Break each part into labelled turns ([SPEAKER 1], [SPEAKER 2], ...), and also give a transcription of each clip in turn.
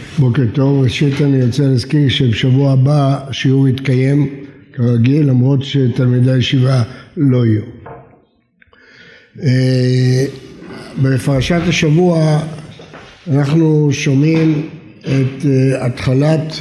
[SPEAKER 1] בוקר טוב, ראשית אני רוצה להזכיר שבשבוע הבא השיעור יתקיים כרגיל למרות שתלמידי הישיבה לא יהיו. בפרשת השבוע אנחנו שומעים את התחלת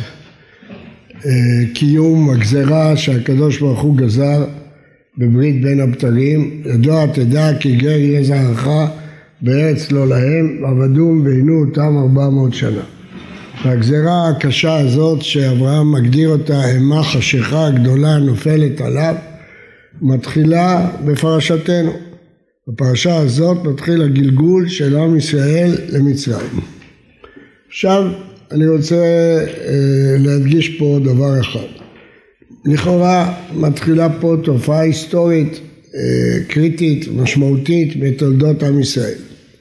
[SPEAKER 1] קיום הגזרה שהקדוש ברוך הוא גזר בברית בין הבתרים. ידוע תדע כי גר יהיה זרעך בארץ לא להם ועבדום ועינו אותם 400 שנה. והגזרה הקשה הזאת שאברהם מגדיר אותה אימה חשיכה גדולה נופלת עליו מתחילה בפרשתנו. בפרשה הזאת מתחיל הגלגול של עם ישראל למצרים. עכשיו אני רוצה להדגיש פה דבר אחד. לכאורה מתחילה פה תופעה היסטורית קריטית משמעותית בתולדות עם ישראל,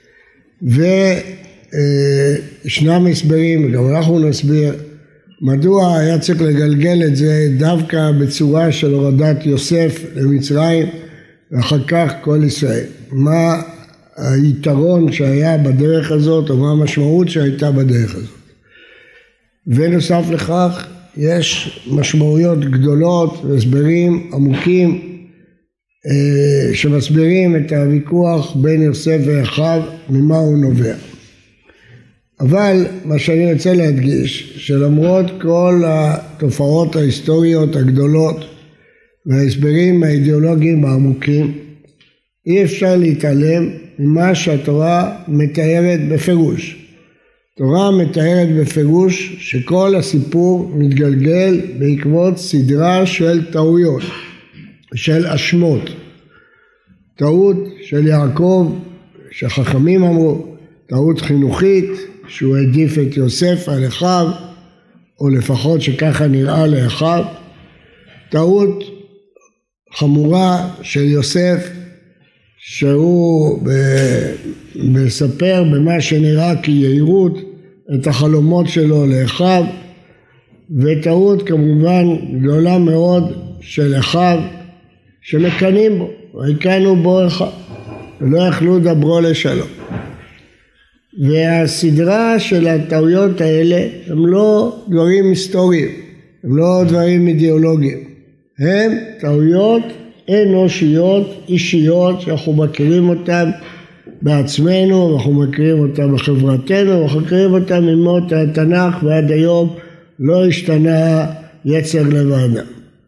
[SPEAKER 1] וישנם הסברים וגם אנחנו נסביר מדוע היה צריך לגלגל את זה דווקא בצורה של הורדת יוסף למצרים ואחר כך כל ישראל. מה היתרון שהיה בדרך הזאת או מה המשמעות שהייתה בדרך הזאת. ונוסף לכך יש משמעויות גדולות והסברים עמוקים שמסבירים את הוויכוח בין יוסף ואחיו ממה הוא נובע. אבל מה שאני רוצה להדגיש שלמרות כל התופעות ההיסטוריות הגדולות וההסברים האידיאולוגיים העמוקים אי אפשר להתעלם ממה שהתורה מתארת בפירוש. התורה מתארת בפירוש שכל הסיפור מתגלגל בעקבות סדרה של טעויות, של אשמות. טעות של יעקב שחכמים אמרו, טעות חינוכית שהוא העדיף את יוסף על אחיו, או לפחות שככה נראה לאחיו. טעות חמורה של יוסף שהוא מספר במה שנראה כיהירות את החלומות שלו לאחיו, וטעות כמובן גדולה מאוד של אחיו שמקנאים בו, ויקנו בו אחיו ולא יכלו דברו לשלום. והסדרה של הטעויות האלה הם לא דברים היסטוריים, הם לא דברים אידיאולוגיים, הם טעויות אנושיות, אישיות, שאנחנו מכירים אותם בעצמנו, אנחנו מכירים אותם בחברתנו, אנחנו מכירים אותם ממות התנ"ך ועד היום לא השתנה יצר לב האדם.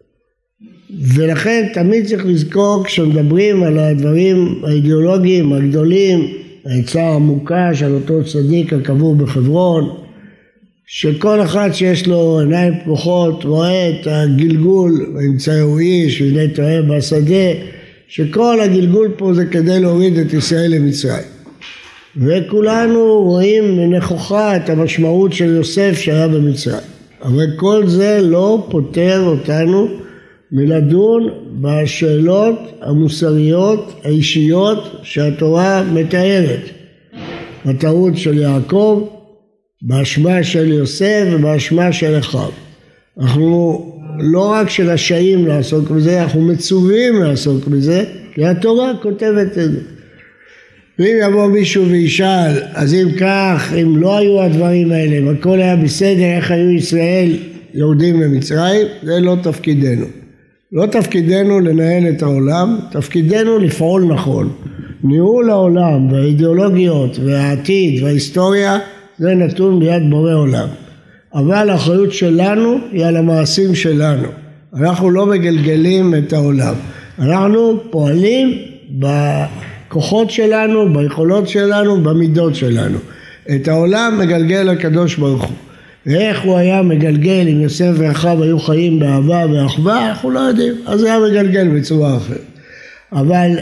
[SPEAKER 1] ולכן תמיד צריך לזכור כשמדברים על הדברים האידיאולוגיים הגדולים, העצה העמוקה של אותו צדיק הקבור בחברון, שכל אחד שיש לו עיניים פקוחות רואה את הגלגול וימצאו איש והנה טועה בשדה, שכל הגלגול פה זה כדי להוריד את ישראל למצרים. וכולנו רואים מנכוחה את המשמעות של יוסף שהיה במצרים. אבל כל זה לא פותר אותנו מלדון בשאלות המוסריות האישיות שהתורה מתארת. הטעות של יעקב, באשמה של יוסף ובאשמה של אחיו. אנחנו לא רק שרשאים לעסוק בזה, אנחנו מצווים לעסוק בזה, כי התורה כותבת את זה. ואם יבוא מישהו וישאל, אז אם כך, אם לא היו הדברים האלה, והכל היה בסדר, איך היו ישראל יורדים למצרים, זה לא תפקידנו. לא תפקידנו לנהל את העולם, תפקידנו לפעול נכון. ניהול העולם והאידיאולוגיות והעתיד וההיסטוריה, זה נתון ביד בורא עולם. אבל האחריות שלנו היא על המעשים שלנו. אנחנו לא מגלגלים את העולם. אנחנו פועלים בכוחות שלנו, ביכולות שלנו, במידות שלנו. את העולם מגלגל הקדוש ברוך הוא. ואיך הוא היה מגלגל אם יוסף ואחיו היו חיים באהבה ואחווה, אנחנו לא יודעים. אז הוא היה מגלגל בצורה אחרת. אבל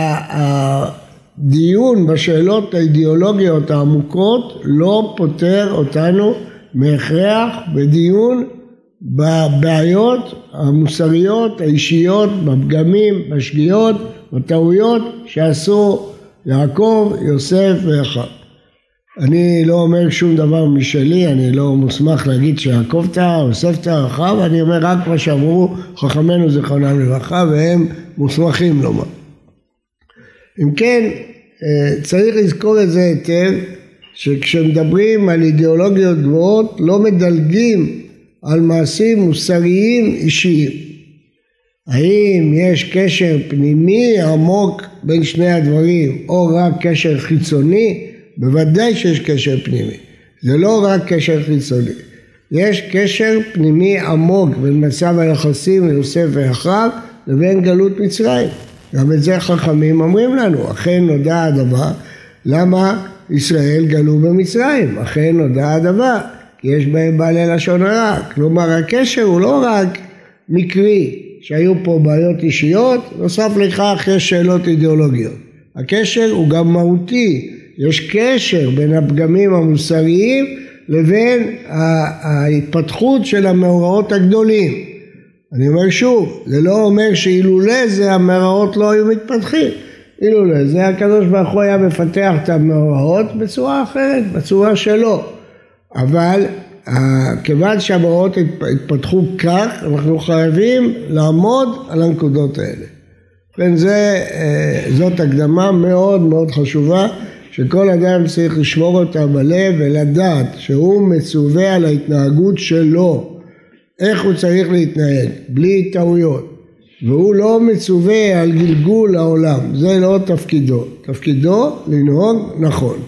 [SPEAKER 1] הדיון בשאלות האידיאולוגיות העמוקות לא פותר אותנו מהכרח בדיון בבעיות המוסריות, האישיות, בפגמים, בשגיאות, בטעויות שעשו יעקב, יוסף ואחיו. אני לא אומר שום דבר משלי, אני לא מוסמך להגיד שיעקב טעה או יוסף טעה אחיו, אני אומר רק מה שאמרו חכמינו זיכרונם לברכה והם מוסמכים לומר. אם כן, צריך לזכור את זה היטב, שכשמדברים על אידיאולוגיות גבוהות לא מדלגים על מעשים מוסריים אישיים. האם יש קשר פנימי עמוק בין שני הדברים או רק קשר חיצוני? בוודאי שיש קשר פנימי. זה לא רק קשר חיצוני. יש קשר פנימי עמוק בין מצב היחסים ליוסף ואחיו לבין גלות מצרים. גם את זה חכמים אומרים לנו, אכן נודע הדבר, למה ישראל גלו במצרים? אכן נודע הדבר, כי יש בהם בעלי לשון הרע. כלומר הקשר הוא לא רק מקרי, שהיו פה בעיות אישיות, נוסף לכך יש שאלות אידיאולוגיות. הקשר הוא גם מהותי, יש קשר בין הפגמים המוסריים לבין ההתפתחות של המאורעות הגדולים. אני אומר שוב, זה לא אומר שאילולא זה המאורעות לא היו מתפתחים. אילולא זה הקדוש ברוך הוא היה מפתח את המאורעות בצורה אחרת, בצורה שלו. אבל כיוון שהמאורעות התפתחו כך, אנחנו חייבים לעמוד על הנקודות האלה. לכן זאת הקדמה מאוד מאוד חשובה, שכל אדם צריך לשמור אותה בלב ולדעת שהוא מצווה על ההתנהגות שלו, איך הוא צריך להתנהג, בלי טעויות. והוא לא מצווה על גלגול העולם, זה לא תפקידו. תפקידו לנהוג נכון.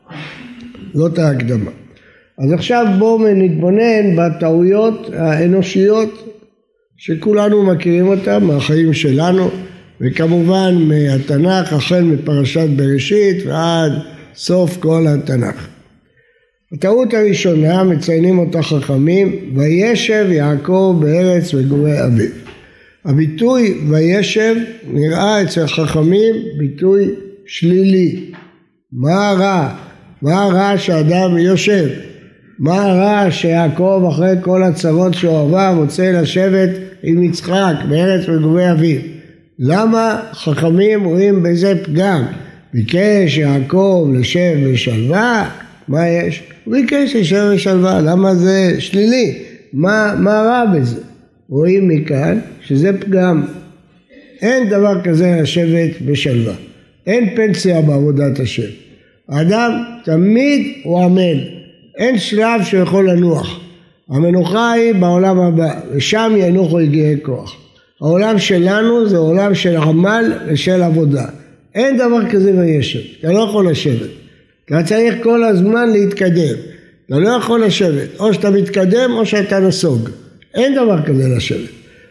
[SPEAKER 1] זאת ההקדמה. אז עכשיו בואו נתבונן בטעויות האנושיות שכולנו מכירים אותן מהחיים שלנו, וכמובן מהתנ"ך, החל מפרשת בראשית ועד סוף כל התנ"ך. הטעות הראשונה מציינים אותה חכמים, וישב יעקב בארץ מגורי אביו. הביטוי וישב נראה אצל חכמים ביטוי שלילי. מה הרע? מה הרע שאדם יושב? מה הרע שיעקב אחרי כל הצרות שהוא עבר רוצה לשבת עם יצחק בארץ מגורי אביו? למה חכמים רואים בזה פגם? ביקש יעקב לשב בשלווה? מה יש? הוא ביקש לשב בשלווה, למה זה שלילי? מה רע בזה? רואים מכאן שזה פגם. אין דבר כזה לשבת בשלווה. אין פנסיה בעבודת השם. האדם תמיד הוא עמל. אין שלב שיכול לנוח. המנוחה היא בעולם הבא, ושם ינוחו יגיעי כוח. העולם שלנו זה עולם של עמל ושל עבודה. אין דבר כזה וישב. אתה לא יכול לשבת. אתה צריך כל הזמן להתקדם. אתה לא יכול לשבת. או שאתה מתקדם או שאתה נסוג. אין דבר כזה לשבת.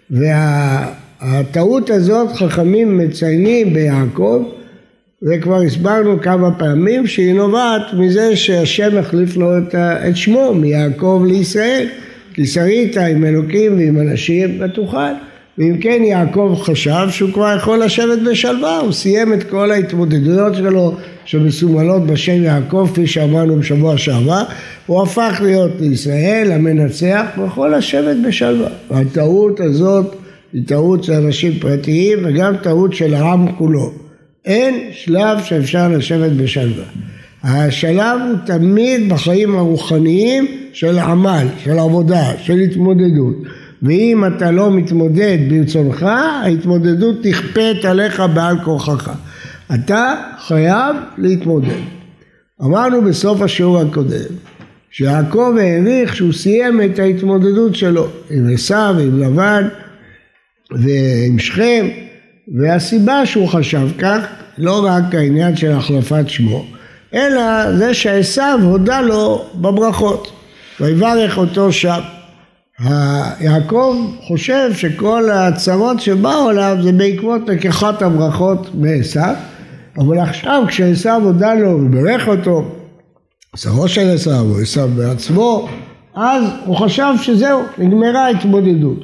[SPEAKER 1] והטעות הזאת חכמים מציינים ביעקב, וכבר הסברנו כמה פעמים שהיא נובעת מזה שהשם החליף לו את שמו מיעקב לישראל, כי שרית עם אלוקים ועם אנשים ותוכל. ואם כן יעקב חשב שהוא כבר יכול לשבת בשלווה, הוא סיים את כל ההתמודדויות שלו שמסומלות בשם יעקב, כפי שאמרנו בשבוע שעבר, הוא הפך להיות לישראל המנצח, הוא יכול לשבת בשלווה. והטעות הזאת היא טעות של אנשים פרטיים וגם טעות של העם כולו. אין שלב שאפשר לשבת בשלווה. השלב הוא תמיד בחיים הרוחניים של עמל, של עבודה, של התמודדות. ואם אתה לא מתמודד ברצונך, ההתמודדות תכפת עליך בעל כורחך. אתה חייב להתמודד. אמרנו בסוף השיעור הקודם, שיעקב העריך שהוא סיים את ההתמודדות שלו עם עשיו, עם לבן ועם שכם, והסיבה שהוא חשב כך, לא רק העניין של החלפת שמו, אלא זה שעשיו הודה לו בברכות, ויברך אותו שם. יעקב חושב שכל הצרות שבאו עליו זה בעקבות לקיחת הברכות מעשיו, אבל עכשיו כשעשיו הודה לו וברך אותו, שרו של עשיו או עשיו בעצמו, אז הוא חשב שזהו, נגמרה ההתמודדות.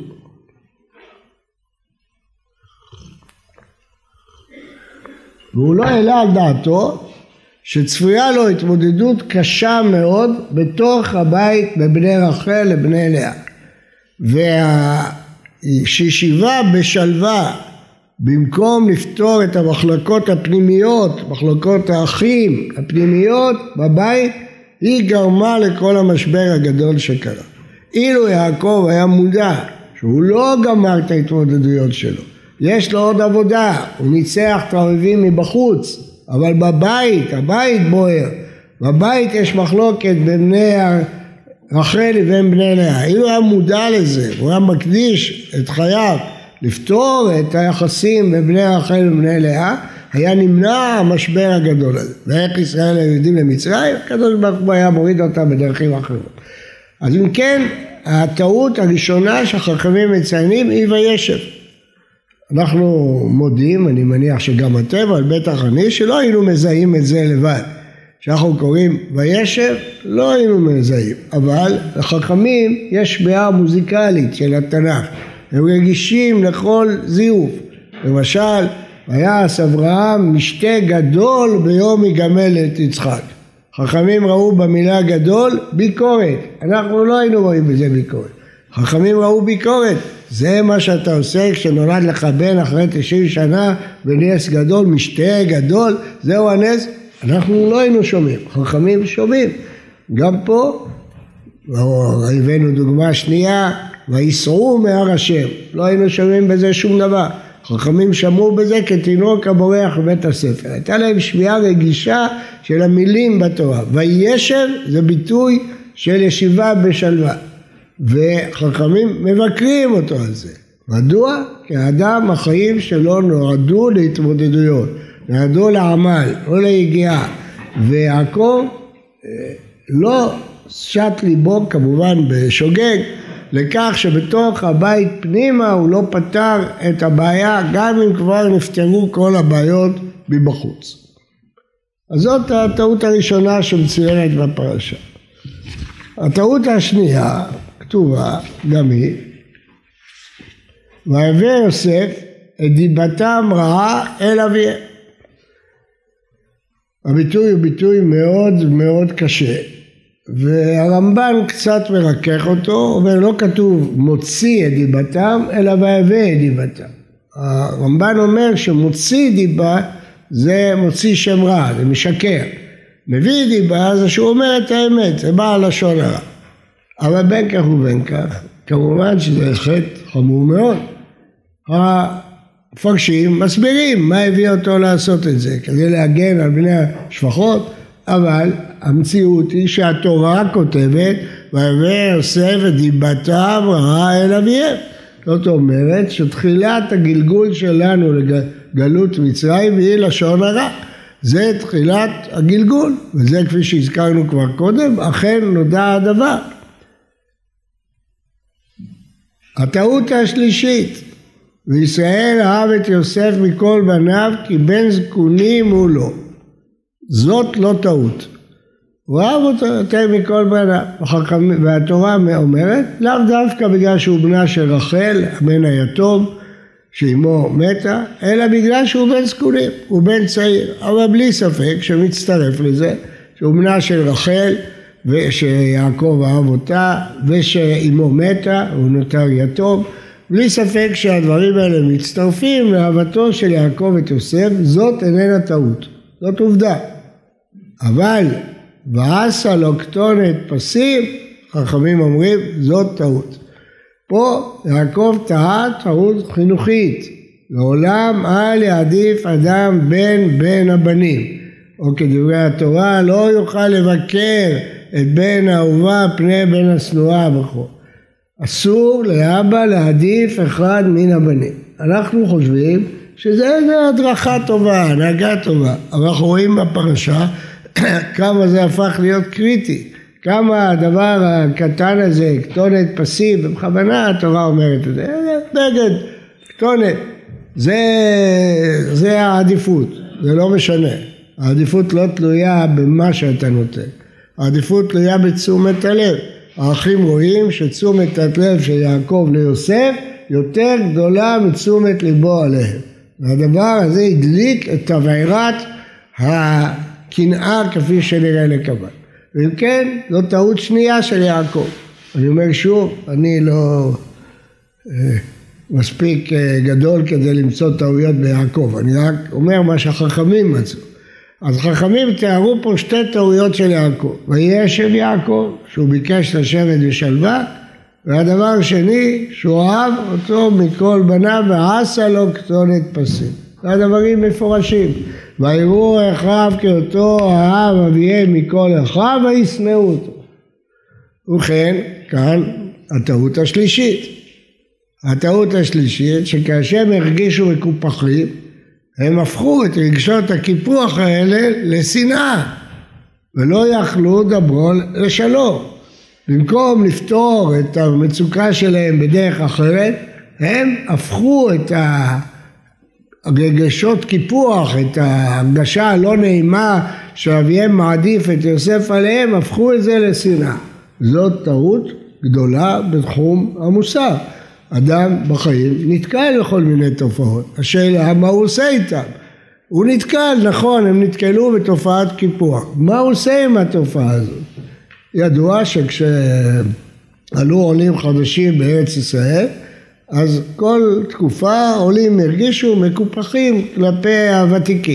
[SPEAKER 1] והוא לא העלה על דעתו שצפויה לו התמודדות קשה מאוד בתוך הבית בבני רחל לבני לאה. והשישיבה בשלווה במקום לפתור את המחלקות הפנימיות, מחלקות האחים הפנימיות בבית, היא גרמה לכל המשבר הגדול שקרה. אילו יעקב היה מודע שהוא לא גמר את ההתמודדויות שלו, יש לו עוד עבודה, הוא ניצח את האויבים מבחוץ, אבל בבית, הבית בוער, בבית יש מחלוקת בין בני רחל לבין בני לאה. אילו היה מודע לזה, הוא היה מקדיש את חייו לפתור את היחסים בין בני רחל ובני לאה, היה נמנע המשבר הגדול הזה. ואיך ישראל היהודים למצרים, הקדוש ברוך הוא היה מוריד אותם בדרכים אחרות. אז אם כן, הטעות הראשונה שהחכמים מציינים היא וישב. אנחנו מודים, אני מניח שגם אתם, אבל בטח אני, שלא היינו מזהים את זה לבד. כשאנחנו קוראים וישב, לא היינו מזהים. אבל לחכמים יש בעיה מוזיקלית של התנ"ך. הם רגישים לכל זיוף. למשל, ויעש אברהם משתה גדול ביום יגמל את יצחק. חכמים ראו במילה גדול ביקורת. אנחנו לא היינו רואים בזה ביקורת. חכמים ראו ביקורת. זה מה שאתה עושה כשנולד לך בן אחרי 90 שנה בנס גדול, משתה גדול, זהו הנס. אנחנו לא היינו שומעים, חכמים שומעים. גם פה, הבאנו דוגמה שנייה, ויסעו מהר השם. לא היינו שומעים בזה שום דבר. חכמים שמעו בזה כתינוק הבורח בבית הספר. הייתה להם שמיעה רגישה של המילים בתורה. וישב זה ביטוי של ישיבה בשלווה. וחכמים מבקרים אותו על זה. מדוע? כי האדם החיים שלו נועדו להתמודדויות. נועדו לעמל, לא ליגיעה. ויעקב לא שט ליבו כמובן בשוגג, לכך שבתוך הבית פנימה הוא לא פתר את הבעיה, גם אם כבר נפתרו כל הבעיות מבחוץ. אז זאת הטעות הראשונה שמצוינת בפרשה. הטעות השנייה, כתובה גם היא, ויבא יוסף את דיבתם רעה אל אביהם. הביטוי הוא ביטוי מאוד מאוד קשה. והרמב"ן קצת מרכך אותו, אומר לא כתוב מוציא את דיבתם, אלא ויבא את דיבתם. הרמב"ן אומר שמוציא דיבה זה מוציא שם רע, זה משקר. מביא דיבה זה שהוא אומר את האמת, זה בא על לשון הרע. אבל בין כך ובין כך, כמובן שזה חטא חמור מאוד. המפרשים מסבירים מה הביא אותו לעשות את זה, כדי להגן על בני השפחות, אבל המציאות היא שהתורה כותבת ויבא יוסף את דיבתם רעה אל אביהם. זאת אומרת שתחילת הגלגול שלנו לגלות מצרים היא לשון הרע. זה תחילת הגלגול, וזה כפי שהזכרנו כבר קודם, אכן נודע הדבר. הטעות השלישית, וישראל אהב את יוסף מכל בניו כי בן זקונים הוא לו. זאת לא טעות. הוא אהב אותו יותר מכל בניו. והתורה אומרת, לאו דווקא בגלל שהוא בנה של רחל, הבן היתום, שאמו מתה, אלא בגלל שהוא בן זקונים, הוא בן צעיר. אבל בלי ספק שמצטרף לזה, שהוא בנה של רחל, ושיעקב אהב אותה, ושאמו מתה, הוא נותר יתום. בלי ספק שהדברים האלה מצטרפים לאהבתו של יעקב את יוסף, זאת איננה טעות, זאת עובדה. אבל ועשה לו כתונת פסים, חכמים אומרים, זאת טעות. פה יעקב טעה טעות חינוכית, לעולם אל יעדיף אדם בן הבנים, או כדברי התורה, לא יוכל לבקר את בן האהובה פני בן השנואה בכו. אסור לאבא להעדיף אחד מן הבנים. אנחנו חושבים שזה הדרכה טובה, הנהגה טובה, אבל אנחנו רואים בפרשה כמה זה הפך להיות קריטי, כמה הדבר הקטן הזה, כתונת פסיב, ובכוונה התורה אומרת את זה, נגד כתונת, זה העדיפות, זה לא משנה, העדיפות לא תלויה במה שאתה נותן, העדיפות תלויה בתשומת הלב. האחים רואים שתשומת הלב של יעקב ליוסף יותר גדולה מתשומת ליבו עליהם. והדבר הזה הדליק את תבערת הקנאה כפי שנראה לקבל. ואם כן, זו טעות שנייה של יעקב. אני אומר שוב, אני לא מספיק גדול כדי למצוא טעויות ביעקב. אני רק אומר מה שהחכמים מצאו. אז חכמים תיארו פה שתי טעויות של יעקב. וישב יעקב, שהוא ביקש לשבת בשלווה, והדבר השני, שהוא אהב אותו מכל בניו ועשה לו כתונת פסים. זה הדברים מפורשים. ויראו אחיו כאותו אהב אביהם מכל אחיו וישנאו אותו. וכן, כאן הטעות השלישית. הטעות השלישית שכאשר הם הרגישו מקופחים, הם הפכו את רגשות הקיפוח האלה לשנאה, ולא יכלו דברו לשלום. במקום לפתור את המצוקה שלהם בדרך אחרת, הם הפכו את הרגשות קיפוח, את ההרגשה הלא נעימה שאביהם מעדיף את יוסף עליהם, הפכו את זה לשנאה. זאת טעות גדולה בתחום המוסר. אדם בחיים נתקל בכל מיני תופעות. השאלה מה הוא עושה איתם? הוא נתקל, נכון, הם נתקלו בתופעת קיפוח. מה הוא עושה עם התופעה הזאת? ידוע שכשעלו עולים חדשים בארץ ישראל, אז כל תקופה עולים הרגישו מקופחים כלפי הוותיקים.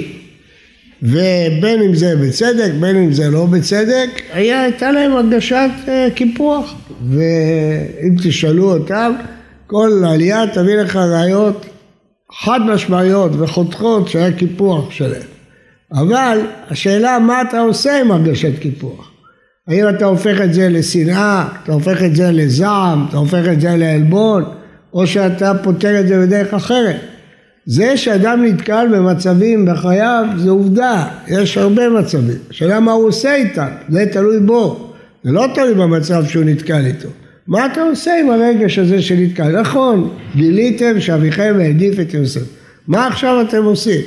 [SPEAKER 1] ובין אם זה בצדק, בין אם זה לא בצדק, הייתה להם הרגשת קיפוח. ואם תשאלו אותם, כל עלייה תביא לך ראיות חד משמעיות וחותכות שהיה קיפוח שלהם. אבל השאלה מה אתה עושה עם הרגשת קיפוח? האם אתה הופך את זה לשנאה, אתה הופך את זה לזעם, אתה הופך את זה לעלבון, או שאתה פותר את זה בדרך אחרת? זה שאדם נתקל במצבים בחייו זה עובדה, יש הרבה מצבים. השאלה מה הוא עושה איתם, זה תלוי בו, זה לא תלוי במצב שהוא נתקל איתו. מה אתה עושה עם הרגש הזה שנתקל? נכון, גיליתם שאביכם העדיף את יוסף. מה עכשיו אתם עושים?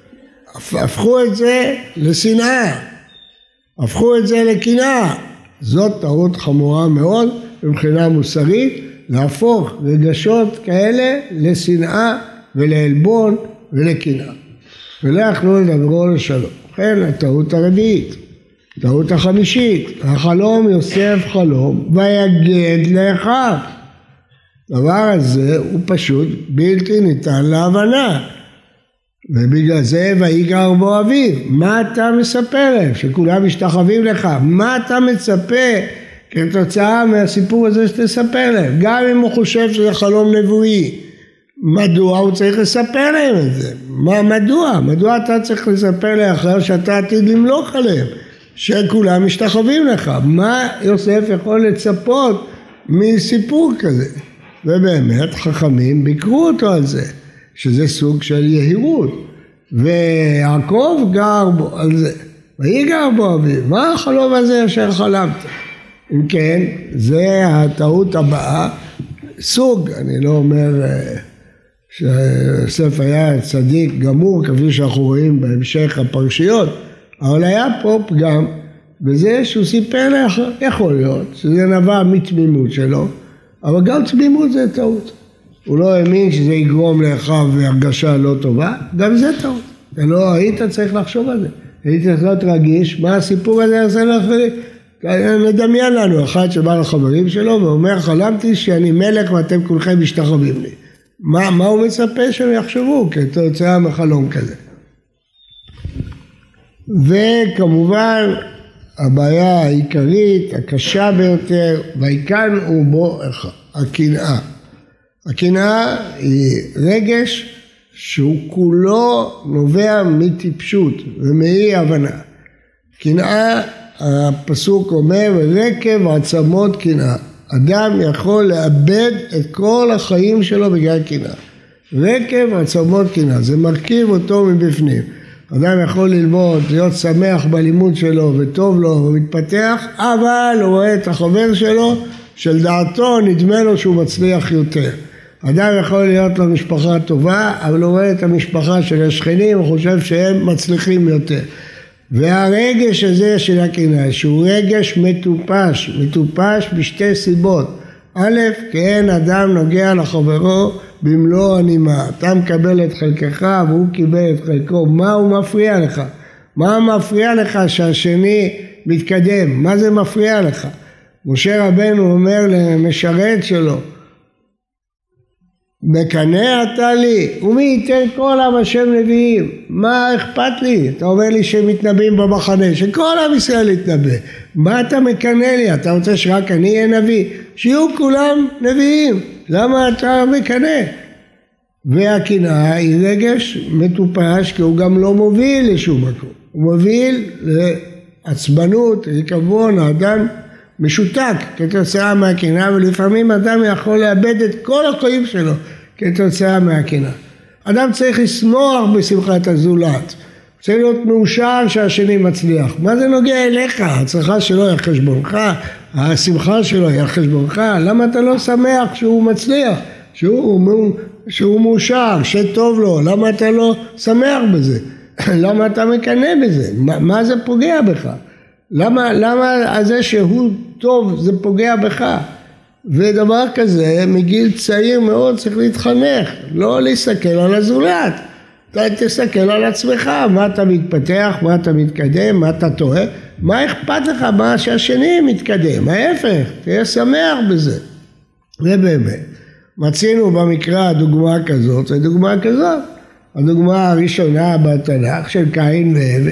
[SPEAKER 1] הפכו את זה לשנאה, הפכו את זה לקנאה. זאת טעות חמורה מאוד מבחינה מוסרית, להפוך רגשות כאלה לשנאה ולעלבון ולקנאה. ולא יכלו לדברו לשלום. לכן הטעות הרביעית. טעות החמישית, החלום יוסף חלום ויגד לאחיו. הדבר הזה הוא פשוט בלתי ניתן להבנה. ובגלל זה ויגר בו אביו. מה אתה מספר להם? שכולם משתחווים לך. מה אתה מצפה כתוצאה מהסיפור הזה שתספר להם? גם אם הוא חושב שזה חלום נבואי. מדוע הוא צריך לספר להם את זה? מדוע? מדוע אתה צריך לספר לאחר שאתה עתיד למלוך עליהם? שכולם משתחווים לך. מה יוסף יכול לצפות מסיפור כזה? ובאמת חכמים ביקרו אותו על זה, שזה סוג של יהירות. ויעקב גר בו על זה. ויגר בו אביו. מה החלום הזה אשר חלמת? אם כן, זה הטעות הבאה. סוג, אני לא אומר שיוסף היה צדיק גמור, כפי שאנחנו רואים בהמשך הפרשיות, אבל היה פה פגם בזה שהוא סיפר לאחר. יכול להיות שזה נבע מתמימות שלו, אבל גם תמימות זה טעות. הוא לא האמין שזה יגרום לאחיו הרגשה לא טובה, גם זה טעות. אתה לא היית צריך לחשוב על זה. היית צריך להיות רגיש, מה הסיפור הזה יעשה לאחרים? נדמיין לנו אחד שבא לחברים שלו ואומר, חלמתי שאני מלך ואתם כולכם משתחווים לי. מה הוא מצפה שהם יחשבו כתוצאה מחלום כזה? וכמובן הבעיה העיקרית, הקשה ביותר, ויקן הוא בו הקנאה. הקנאה היא רגש שהוא כולו נובע מטיפשות ומאי הבנה. קנאה, הפסוק אומר, רקב עצמות קנאה. אדם יכול לאבד את כל החיים שלו בגלל קנאה. רקב עצמות קנאה, זה מרכיב אותו מבפנים. אדם יכול ללמוד, להיות שמח בלימוד שלו וטוב לו ומתפתח, אבל הוא רואה את החבר שלו, של דעתו נדמה לו שהוא מצליח יותר. אדם יכול להיות לו משפחה טובה, אבל הוא רואה את המשפחה של השכנים, הוא חושב שהם מצליחים יותר. והרגש הזה של הקנאה, שהוא רגש מטופש, מטופש בשתי סיבות. א', כי אין אדם נוגע לחברו במלוא הנימה. אתה מקבל את חלקך והוא קיבל את חלקו. מה הוא מפריע לך? מה מפריע לך שהשני מתקדם? מה זה מפריע לך? משה רבנו אומר למשרת שלו, מקנא אתה לי, ומי ייתן כל עם השם נביאים? מה אכפת לי? אתה אומר לי שהם מתנבאים במחנה, שכל עם ישראל יתנבא. מה אתה מקנא לי? אתה רוצה שרק אני אהיה נביא? שיהיו כולם נביאים. למה אתה מקנא? והקנאה היא רגש מטופש, כי הוא גם לא מוביל לשום מקום. הוא מוביל לעצבנות, ריקבון, האדם משותק כתוצאה מהקנאה, ולפעמים אדם יכול לאבד את כל החיים שלו כתוצאה מהקנאה. אדם צריך לשמוח בשמחת הזולת, צריך להיות מאושר שהשני מצליח. מה זה נוגע אליך? הצלחה שלו היא חשבונך, השמחה שלו היא חשבונך. למה אתה לא שמח שהוא מצליח, שהוא מאושר, שטוב לו? למה אתה לא שמח בזה? למה אתה מקנא בזה? מה זה פוגע בך? למה זה שהוא טוב זה פוגע בך? ודבר כזה מגיל צעיר מאוד צריך להתחנך, לא להסתכל על הזולת, אתה תסתכל על עצמך, מה אתה מתפתח, מה אתה מתקדם, מה אתה טועה, מה אכפת לך, מה שהשני מתקדם, ההפך, תהיה שמח בזה. ובאמת, מצינו במקרא הדוגמה כזאת, ודוגמה כזאת, הדוגמה הראשונה בתנ"ך של קין והבל,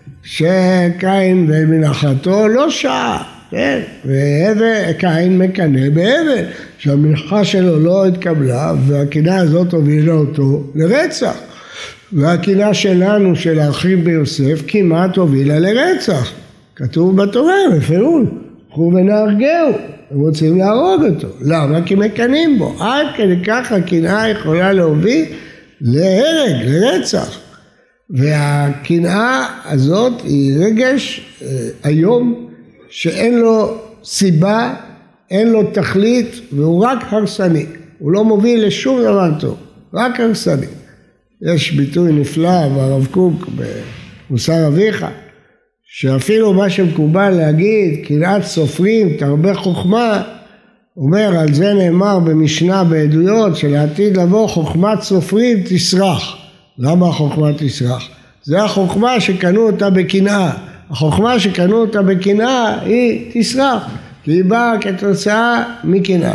[SPEAKER 1] שקין ומנחתו לא שעה, כן? וקין מקנא בהבל, שהמנחה שלו לא התקבלה, והקנאה הזאת הובילה אותו לרצח. והקנאה שלנו, של האחים ביוסף, כמעט הובילה לרצח. כתוב בתורה, בפירוש, קחו ונהרגהו, הם רוצים להרוג אותו. למה? כי מקנאים בו. עד כדי כך הקנאה יכולה להוביל להרג, לרצח. והקנאה הזאת היא רגש היום שאין לו סיבה, אין לו תכלית, והוא רק הרסני. הוא לא מוביל לשום דבר טוב, רק הרסני. יש ביטוי נפלא ברב קוק במוסר אביך, שאפילו מה שמקובל להגיד, קנאת סופרים תרבה חוכמה, אומר על זה נאמר במשנה בעדויות, שלעתיד לבוא חוכמת סופרים תסרח. למה החוכמה תסרח? זה החוכמה שקנו אותה בקנאה. החוכמה שקנו אותה בקנאה היא תסרח, כי היא באה כתוצאה מקנאה.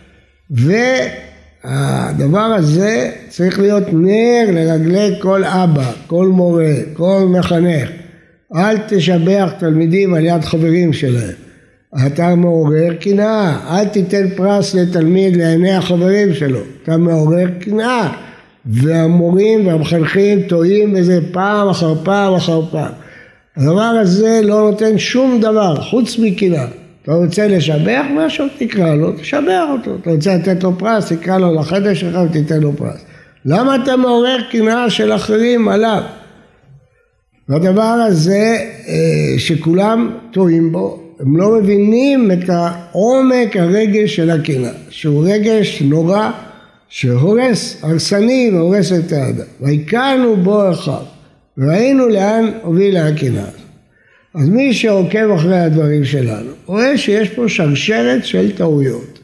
[SPEAKER 1] והדבר הזה צריך להיות נר לרגלי כל אבא, כל מורה, כל מחנך. אל תשבח תלמידים על יד חברים שלהם. אתה מעורר קנאה. אל תיתן פרס לתלמיד לעיני החברים שלו. אתה מעורר קנאה. והמורים והמחנכים טועים בזה פעם אחר פעם אחר פעם. הדבר הזה לא נותן שום דבר חוץ מקנאה. אתה רוצה לשבח משהו? תקרא לו, תשבח אותו. אתה רוצה לתת לו פרס? תקרא לו לחדר שלך ותיתן לו פרס. למה אתה מעורר קנאה של אחרים עליו? והדבר הזה שכולם טועים בו, הם לא מבינים את העומק הרגש של הקנאה, שהוא רגש נורא שהורס, הרסני והורס את האדם. והכרנו בו אחד, וראינו לאן הובילה הקנאה. אז מי שעוקב אחרי הדברים שלנו, רואה שיש פה שרשרת של טעויות.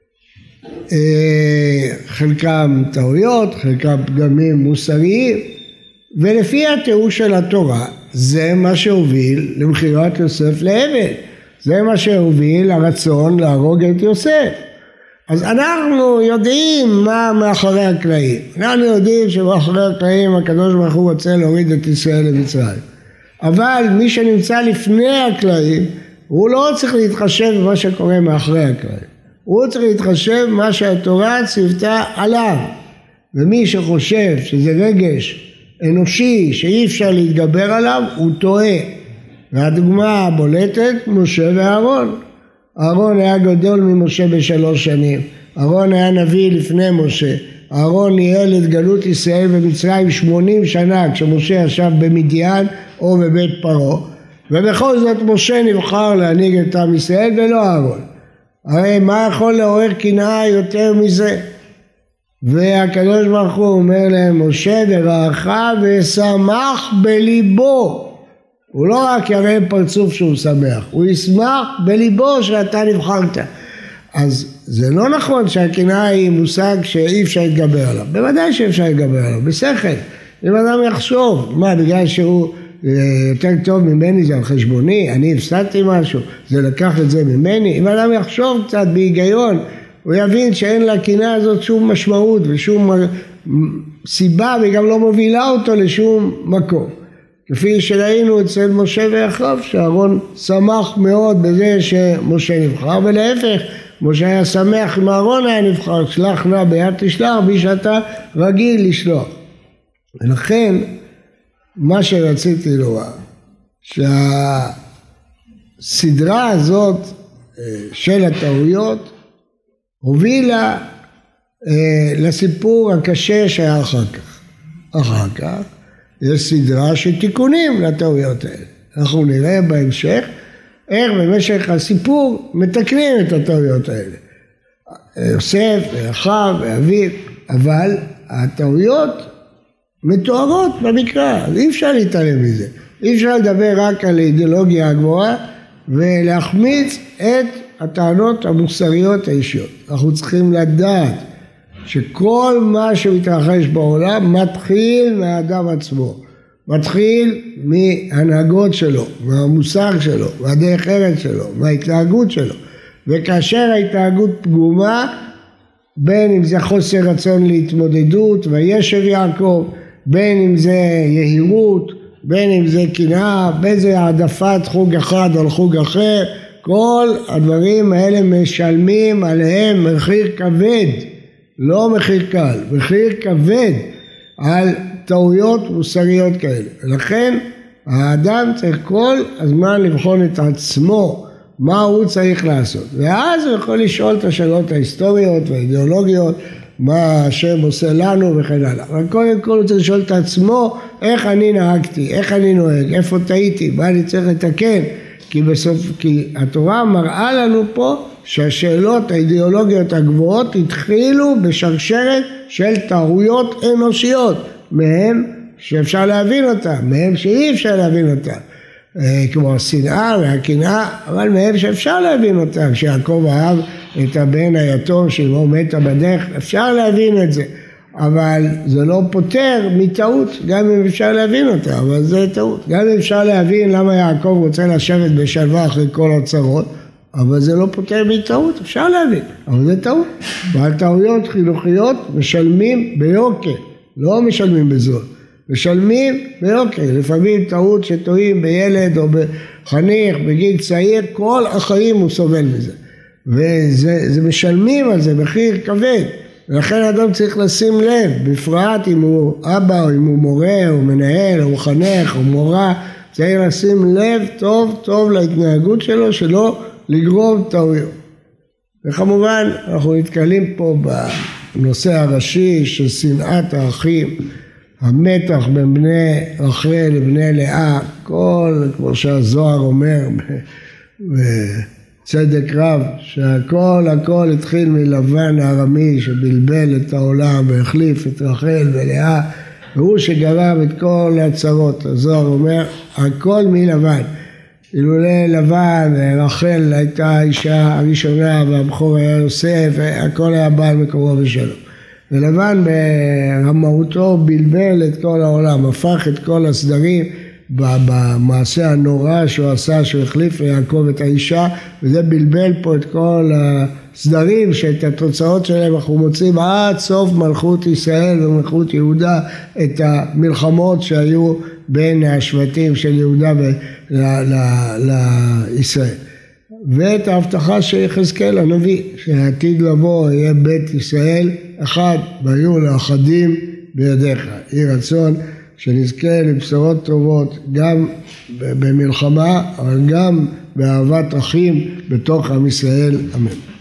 [SPEAKER 1] חלקם טעויות, חלקם פגמים מוסריים, ולפי התיאור של התורה, זה מה שהוביל למכירת יוסף לעבד. זה מה שהוביל לרצון להרוג את יוסף. אז אנחנו יודעים מה מאחורי הקלעים. אנחנו יודעים שמאחורי הקלעים הקדוש ברוך הוא רוצה להוריד את ישראל למצרים. אבל מי שנמצא לפני הקלעים, הוא לא צריך להתחשב במה שקורה מאחורי הקלעים. הוא צריך להתחשב במה שהתורה ציוותה עליו. ומי שחושב שזה רגש אנושי שאי אפשר להתגבר עליו, הוא טועה. והדוגמה הבולטת, משה ואהרון. אהרון היה גדול ממשה ב3 שנים. אהרון היה נביא לפני משה. אהרון ניהל את גלות ישראל במצרים 80 שנה, כשמשה ישב במדיין או בבית פרעה. ובכל זאת משה נבחר להנהיג את עם ישראל ולא אהרון. הרי מה יכול לעורר קנאה יותר מזה? והקדוש ברוך הוא אומר להם, משה ורעך ושמח בליבו. הוא לא רק יראה פרצוף שהוא שמח, הוא ישמח בליבו שאתה נבחרת. אז זה לא נכון שהקנאה היא מושג שאי אפשר להתגבר עליו. בוודאי שאפשר להתגבר עליו, בשכל. אם אדם יחשוב, מה, בגלל שהוא יותר טוב ממני זה על חשבוני, אני הפסדתי משהו, זה לקח את זה ממני. אם אדם יחשוב קצת בהיגיון, הוא יבין שאין לקנאה הזאת שום משמעות ושום סיבה, וגם לא מובילה אותו לשום מקום. כפי שראינו אצל משה ויעקב, שאהרון שמח מאוד בזה שמשה נבחר, ולהפך, כמו שהיה שמח אם אהרון היה נבחר, שלח נא ביד תשלח, בי שאתה רגיל לשלוח. ולכן מה שרציתי לומר, שהסדרה הזאת של הטעויות הובילה לסיפור הקשה שהיה אחר כך. אחר כך יש סדרה של תיקונים לטעויות האלה. אנחנו נראה בהמשך איך במשך הסיפור מתקנים את הטעויות האלה. יוסף ואחיו ואביו, אבל הטעויות מתוארות במקרא, אז אי אפשר להתעלם מזה. אי אפשר לדבר רק על האידיאולוגיה הגבוהה ולהחמיץ את הטענות המוסריות האישיות. אנחנו צריכים לדעת שכל מה שמתרחש בעולם מתחיל מהאדם עצמו. מתחיל מהנהגות שלו, מהמוסר שלו, מהדרך ארץ שלו, מההתנהגות שלו. וכאשר ההתנהגות פגומה, בין אם זה חוסר רצון להתמודדות וישב יעקב, בין אם זה יהירות, בין אם זה קנאה, בין זה העדפת חוג אחד על חוג אחר, כל הדברים האלה משלמים עליהם מחיר כבד, לא מחיר קל, מחיר כבד על טעויות מוסריות כאלה. ולכן האדם צריך כל הזמן לבחון את עצמו, מה הוא צריך לעשות. ואז הוא יכול לשאול את השאלות ההיסטוריות והאידיאולוגיות, מה השם עושה לנו וכן הלאה. אבל קודם כל הוא צריך לשאול את עצמו, איך אני נהגתי, איך אני נוהג, איפה טעיתי, מה אני צריך לתקן. כי התורה מראה לנו פה שהשאלות האידיאולוגיות הגבוהות התחילו בשרשרת של טעויות אנושיות, מהם שאפשר להבין אותה, מהם שאי אפשר להבין אותה, כמו השנאה והקנאה, אבל מהם שאפשר להבין אותה. כשיעקב אהב את הבן היתום שאמו מתה בדרך, אפשר להבין את זה, אבל זה לא פותר מטעות, גם אם אפשר להבין אותה, אבל זה טעות. גם אם אפשר להבין למה יעקב רוצה לשבת בשלווה אחרי כל הצרות, אבל זה לא פותר מטעות, אפשר להבין, אבל זה טעות. ועל טעויות חינוכיות משלמים ביוקר, לא משלמים בזול, משלמים ביוקר. לפעמים טעות שטועים בילד או בחניך בגיל צעיר, כל החיים הוא סובל מזה, וזה משלמים על זה מחיר כבד. ולכן האדם צריך לשים לב, בפרט אם הוא אבא או אם הוא מורה או מנהל או מחנך או מורה, צריך לשים לב טוב טוב להתנהגות שלו, שלא לגרום טעויות. וכמובן אנחנו נתקלים פה בנושא הראשי של שנאת האחים, המתח בין בני רחל לבני לאה, כמו שהזוהר אומר בצדק רב, שהכל התחיל מלבן הארמי שבלבל את העולם והחליף את רחל ולאה, והוא שגרם את כל הצרות. הזוהר אומר הכל מלבן. אילולא לבן, רחל הייתה האישה הראשונה והבכור היה יוסף, הכל היה בעל מקומו ושלום. ולבן במהותו בלבל את כל העולם, הפך את כל הסדרים במעשה הנורא שהוא עשה, שהוא החליף ליעקב את האישה, וזה בלבל פה את כל הסדרים שאת התוצאות שלהם אנחנו מוצאים עד סוף מלכות ישראל ומלכות יהודה, את המלחמות שהיו בין השבטים של יהודה לישראל. ואת ההבטחה של יחזקאל הנביא, שהעתיד לבוא יהיה בית ישראל אחד, והיו לאחדים בידיך. יהי רצון שנזכה לבשורות טובות גם במלחמה, אבל גם באהבת אחים בתוך עם ישראל. אמן.